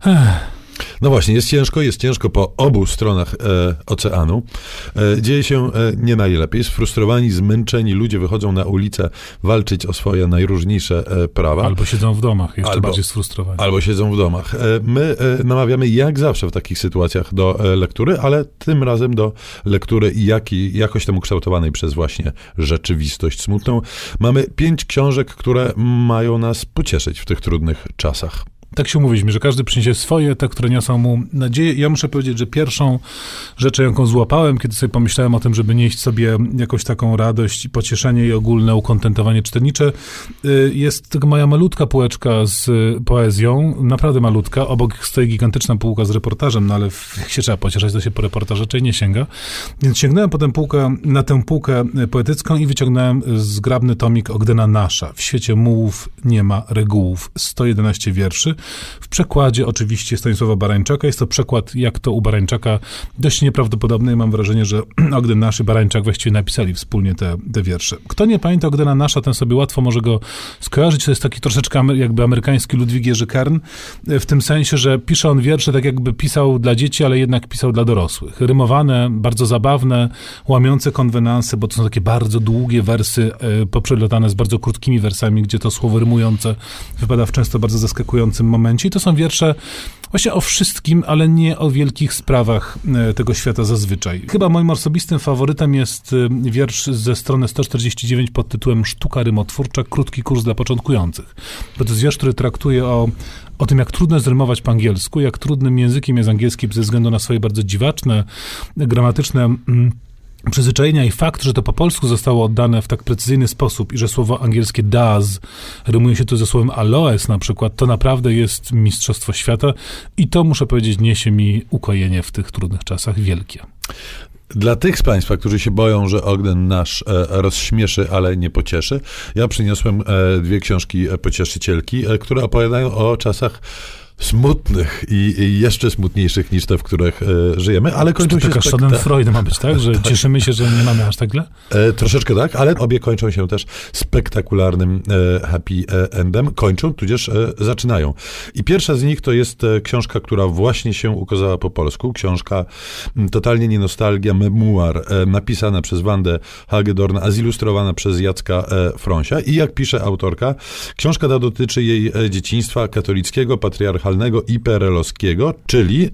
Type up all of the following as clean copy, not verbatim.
No właśnie, jest ciężko po obu stronach oceanu. Dzieje się nie najlepiej. Sfrustrowani, zmęczeni ludzie wychodzą na ulicę walczyć o swoje najróżniejsze prawa. Albo siedzą w domach, jeszcze bardziej sfrustrowani. Albo siedzą w domach. My namawiamy jak zawsze w takich sytuacjach do lektury, ale tym razem do lektury jakoś tam ukształtowanej przez właśnie rzeczywistość smutną. Mamy 5 książek, które mają nas pocieszyć w tych trudnych czasach. Tak się umówiliśmy, że każdy przyniesie swoje, te, które niosą mu nadzieję. Ja muszę powiedzieć, że pierwszą rzeczą, jaką złapałem, kiedy sobie pomyślałem o tym, żeby nieść sobie jakąś taką radość i pocieszenie i ogólne ukontentowanie czytelnicze, jest taka moja malutka półeczka z poezją, naprawdę malutka. Obok stoi gigantyczna półka z reportażem, no ale jak się trzeba pocieszać, to się po reportaż raczej nie sięga. Więc sięgnąłem potem na tę półkę poetycką i wyciągnąłem zgrabny tomik Ogdena Nasza. W świecie mułów nie ma regułów. 111 wierszy. W przekładzie oczywiście Stanisława Barańczaka. Jest to przekład, jak to u Barańczaka, dość nieprawdopodobny i mam wrażenie, że Ogden Nasz i Barańczak właściwie napisali wspólnie te wiersze. Kto nie pamięta Ogdena Nasza, ten sobie łatwo może go skojarzyć. To jest taki troszeczkę jakby amerykański Ludwik Jerzy Kern, w tym sensie, że pisze on wiersze tak jakby pisał dla dzieci, ale jednak pisał dla dorosłych. Rymowane, bardzo zabawne, łamiące konwenanse, bo to są takie bardzo długie wersy poprzedlotane z bardzo krótkimi wersami, gdzie to słowo rymujące wypada w często bardzo zaskakującym momencie. I to są wiersze właśnie o wszystkim, ale nie o wielkich sprawach tego świata zazwyczaj. Chyba moim osobistym faworytem jest wiersz ze strony 149 pod tytułem Sztuka rymotwórcza, krótki kurs dla początkujących. Bo to jest wiersz, który traktuje o tym, jak trudno jest rymować po angielsku, jak trudnym językiem jest angielski ze względu na swoje bardzo dziwaczne, gramatyczne przyzwyczajenia i fakt, że to po polsku zostało oddane w tak precyzyjny sposób i że słowo angielskie does rymuje się tu ze słowem aloes na przykład, to naprawdę jest mistrzostwo świata i to, muszę powiedzieć, niesie mi ukojenie w tych trudnych czasach wielkie. Dla tych z Państwa, którzy się boją, że Ogden Nasz rozśmieszy, ale nie pocieszy, ja przyniosłem 2 książki pocieszycielki, które opowiadają o czasach smutnych i jeszcze smutniejszych niż te, w których żyjemy, ale kończą się... Taka Schadenfreude ma być, tak? Że tak. Cieszymy się, że nie mamy aż tak źle? Troszeczkę tak, ale obie kończą się też spektakularnym happy endem. Kończą, tudzież zaczynają. I pierwsza z nich to jest książka, która właśnie się ukazała po polsku. Książka totalnie nie nostalgia, memuar, napisana przez Wandę Hagedorn, a zilustrowana przez Jacka Fronsia. I jak pisze autorka, książka ta dotyczy jej dzieciństwa katolickiego, patriarchalnego i PRL-owskiego, czyli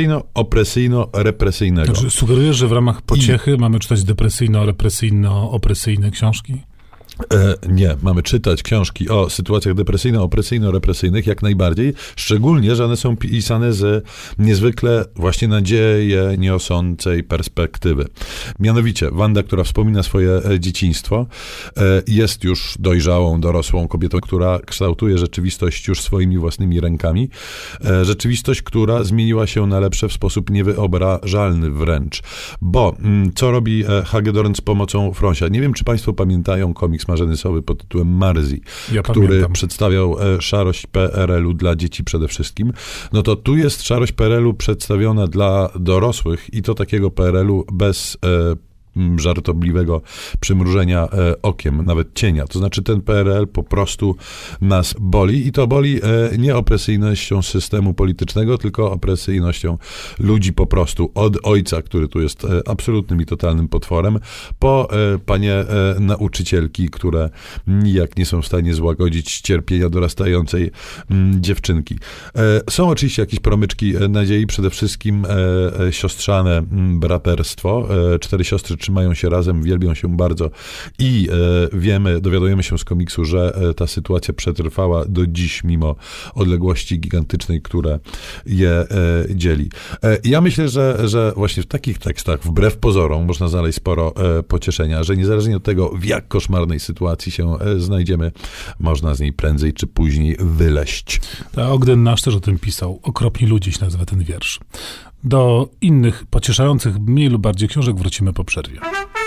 depresyjno-opresyjno-represyjnego. Także sugerujesz, że w ramach pociechy mamy czytać depresyjno-opresyjno-opresyjnych książki? Nie, mamy czytać książki o sytuacjach depresyjno-opresyjno-represyjnych jak najbardziej, szczególnie, że one są pisane z niezwykle właśnie nadzieję niosącej perspektywy. Mianowicie, Wanda, która wspomina swoje dzieciństwo, jest już dojrzałą, dorosłą kobietą, która kształtuje rzeczywistość już swoimi własnymi rękami. Rzeczywistość, która zmieniła się na lepsze w sposób niewyobrażalny wręcz. Bo co robi Hagedorn z pomocą Fronsia? Nie wiem, czy Państwo pamiętają komiks Marzeny Sowy pod tytułem Marzi, który przedstawiał szarość PRL-u dla dzieci przede wszystkim. No to tu jest szarość PRL-u przedstawiona dla dorosłych i to takiego PRL-u bez żartobliwego przymrużenia okiem, nawet cienia. To znaczy ten PRL po prostu nas boli i to boli nie opresyjnością systemu politycznego, tylko opresyjnością ludzi po prostu. Od ojca, który tu jest absolutnym i totalnym potworem, po panie nauczycielki, które nijak nie są w stanie złagodzić cierpienia dorastającej dziewczynki. Są oczywiście jakieś promyczki nadziei, przede wszystkim siostrzane braterstwo. 4 siostry trzymają się razem, wielbią się bardzo i dowiadujemy się z komiksu, że ta sytuacja przetrwała do dziś, mimo odległości gigantycznej, które je dzieli. Ja myślę, że właśnie w takich tekstach, wbrew pozorom, można znaleźć sporo pocieszenia, że niezależnie od tego, w jak koszmarnej sytuacji się znajdziemy, można z niej prędzej czy później wyleść. Ogden Nasz też o tym pisał. Okropni ludzie się nazywa ten wiersz. Do innych pocieszających mniej lub bardziej książek wrócimy po przerwie.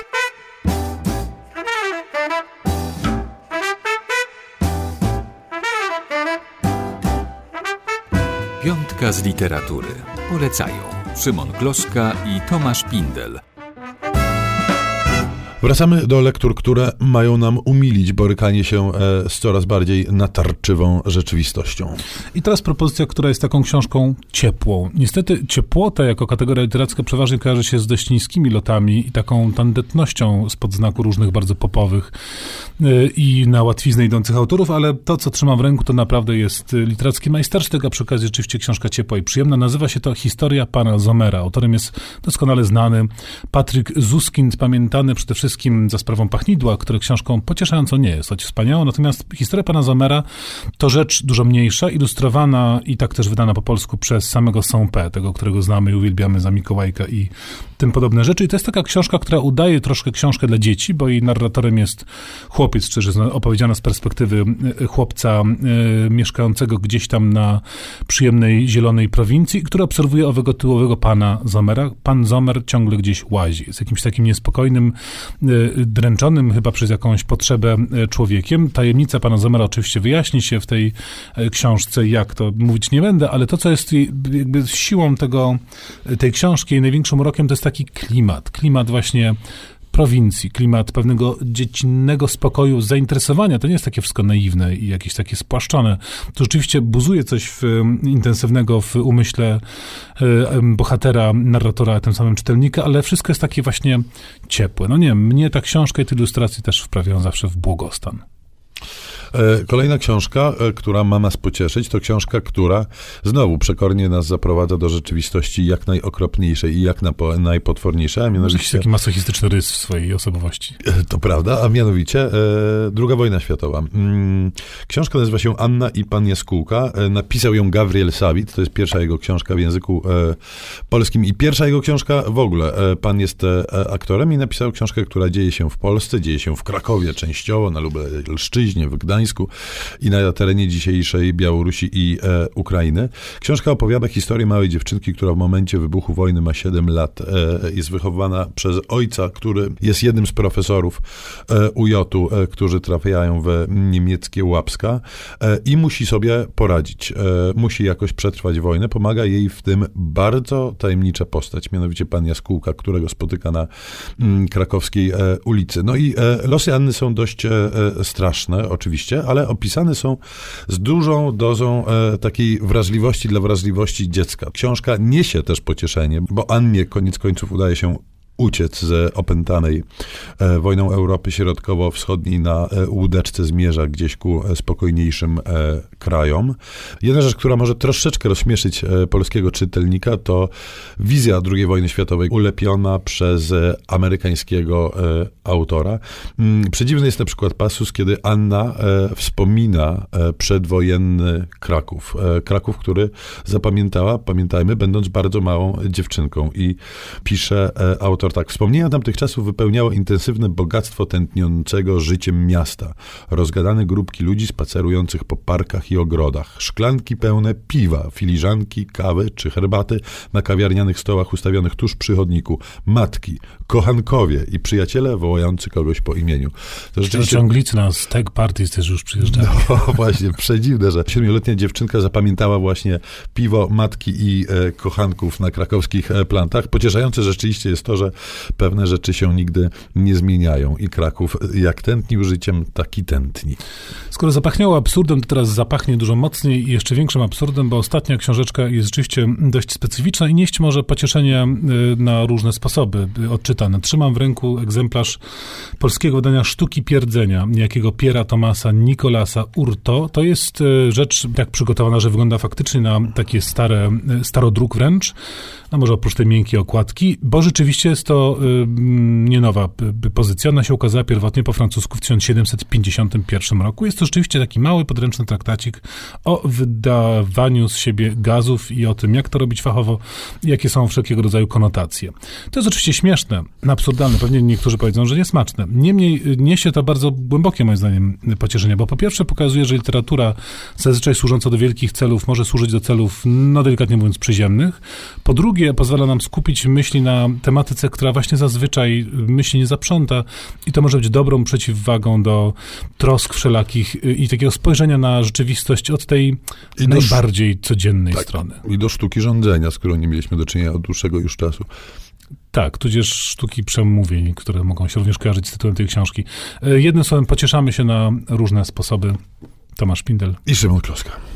Piątka z literatury. Polecają Szymon Gloszka i Tomasz Pindel. Wracamy do lektur, które mają nam umilić borykanie się z coraz bardziej natarczywą rzeczywistością. I teraz propozycja, która jest taką książką ciepłą. Niestety ciepłota jako kategoria literacka przeważnie kojarzy się z dość niskimi lotami i taką tandetnością spod znaku różnych bardzo popowych i na łatwiznę idących autorów, ale to, co trzymam w ręku, to naprawdę jest literacki majstersztyk, a przy okazji rzeczywiście książka ciepła i przyjemna. Nazywa się to Historia pana Sommera. Autorem jest doskonale znany Patryk Suskind, pamiętany przede wszystkim za sprawą Pachnidła, które książką pocieszającą nie jest, choć wspaniałą. Natomiast Historia pana Sommera to rzecz dużo mniejsza, ilustrowana i tak też wydana po polsku przez samego Saint-Pé, tego, którego znamy i uwielbiamy za Mikołajka i tym podobne rzeczy. I to jest taka książka, która udaje troszkę książkę dla dzieci, bo jej narratorem jest chłopiec, czy jest opowiedziana z perspektywy chłopca mieszkającego gdzieś tam na przyjemnej, zielonej prowincji, który obserwuje owego tyłowego pana Sommera. Pan Sommer ciągle gdzieś łazi. Jest jakimś takim niespokojnym, dręczonym chyba przez jakąś potrzebę człowiekiem. Tajemnica pana Sommera oczywiście wyjaśni się w tej książce, jak to mówić nie będę, ale to, co jest jakby siłą tej książki, jej największym urokiem, to jest taki klimat właśnie prowincji, klimat pewnego dziecinnego spokoju, zainteresowania. To nie jest takie wszystko naiwne i jakieś takie spłaszczone. To rzeczywiście buzuje coś intensywnego w umyśle bohatera, narratora, a tym samym czytelnika, ale wszystko jest takie właśnie ciepłe. No nie wiem, mnie ta książka i te ilustracje też wprawiają zawsze w błogostan. Kolejna książka, która ma nas pocieszyć, to książka, która znowu przekornie nas zaprowadza do rzeczywistości jak najokropniejszej i jak najpotworniejszej, a mianowicie... Jakiś taki masochistyczny rys w swojej osobowości. To prawda, a mianowicie II wojna światowa. Książka nazywa się Anna i pan Jaskółka. Napisał ją Gawriel Sawit, to jest pierwsza jego książka w języku polskim i pierwsza jego książka w ogóle. Pan jest aktorem i napisał książkę, która dzieje się w Polsce, dzieje się w Krakowie częściowo, na Lubelszczyźnie, w Gdańsku i na terenie dzisiejszej Białorusi i Ukrainy. Książka opowiada historię małej dziewczynki, która w momencie wybuchu wojny ma 7 lat. Jest wychowywana przez ojca, który jest jednym z profesorów UJ-u, którzy trafiają w niemieckie Łapska i musi sobie poradzić. Musi jakoś przetrwać wojnę. Pomaga jej w tym bardzo tajemnicza postać, mianowicie pan Jaskółka, którego spotyka na krakowskiej ulicy. No i losy Anny są dość straszne, oczywiście, ale opisane są z dużą dozą takiej wrażliwości dla wrażliwości dziecka. Książka niesie też pocieszenie, bo Annie koniec końców udaje się uciec z opętanej wojną Europy Środkowo-Wschodniej na łódeczce zmierza gdzieś ku spokojniejszym krajom. Jedna rzecz, która może troszeczkę rozśmieszyć polskiego czytelnika, to wizja II wojny światowej ulepiona przez amerykańskiego autora. Przedziwny jest na przykład pasus, kiedy Anna wspomina przedwojenny Kraków. Kraków, który zapamiętała, pamiętajmy, będąc bardzo małą dziewczynką. I pisze autor tak. Wspomnienia tamtych czasów wypełniało intensywne bogactwo tętniącego życiem miasta. Rozgadane grupki ludzi spacerujących po parkach i ogrodach. Szklanki pełne piwa, filiżanki, kawy czy herbaty na kawiarnianych stołach ustawionych tuż przy chodniku. Matki, kochankowie i przyjaciele wołający kogoś po imieniu. To rzeczywiście... Anglicy na stag parties też już przyjeżdżają. No właśnie, przedziwne, że 7-letnia dziewczynka zapamiętała właśnie piwo, matki i kochanków na krakowskich plantach. Pocieszające rzeczywiście jest to, że pewne rzeczy się nigdy nie zmieniają i Kraków jak tętnił życiem, tak i tętni. Skoro zapachniało absurdem, to teraz zapachnie dużo mocniej i jeszcze większym absurdem, bo ostatnia książeczka jest rzeczywiście dość specyficzna i nieść może pocieszenie na różne sposoby odczytane. Trzymam w ręku egzemplarz polskiego wydania Sztuki Pierdzenia, niejakiego Piera Thomasa Nicolasa Urto. To jest rzecz tak przygotowana, że wygląda faktycznie na takie starodruk wręcz, no może oprócz tej miękkiej okładki, bo rzeczywiście jest to nie nowa pozycja. Ona się ukazała pierwotnie po francusku w 1751 roku. Jest to rzeczywiście taki mały, podręczny traktacik o wydawaniu z siebie gazów i o tym, jak to robić fachowo i jakie są wszelkiego rodzaju konotacje. To jest oczywiście śmieszne, absurdalne. Pewnie niektórzy powiedzą, że niesmaczne. Niemniej niesie to bardzo głębokie, moim zdaniem, pocieszenie, bo po pierwsze pokazuje, że literatura zazwyczaj służąca do wielkich celów może służyć do celów, no delikatnie mówiąc, przyziemnych. Po drugie, pozwala nam skupić myśli na tematyce, która właśnie zazwyczaj myśli nie zaprząta i to może być dobrą przeciwwagą do trosk wszelakich i takiego spojrzenia na rzeczywistość od tej najbardziej codziennej strony. I do sztuki rządzenia, z którą nie mieliśmy do czynienia od dłuższego już czasu. Tak, tudzież sztuki przemówień, które mogą się również kojarzyć z tytułem tej książki. Jednym słowem, pocieszamy się na różne sposoby. Tomasz Pindel i Szymon Kloska.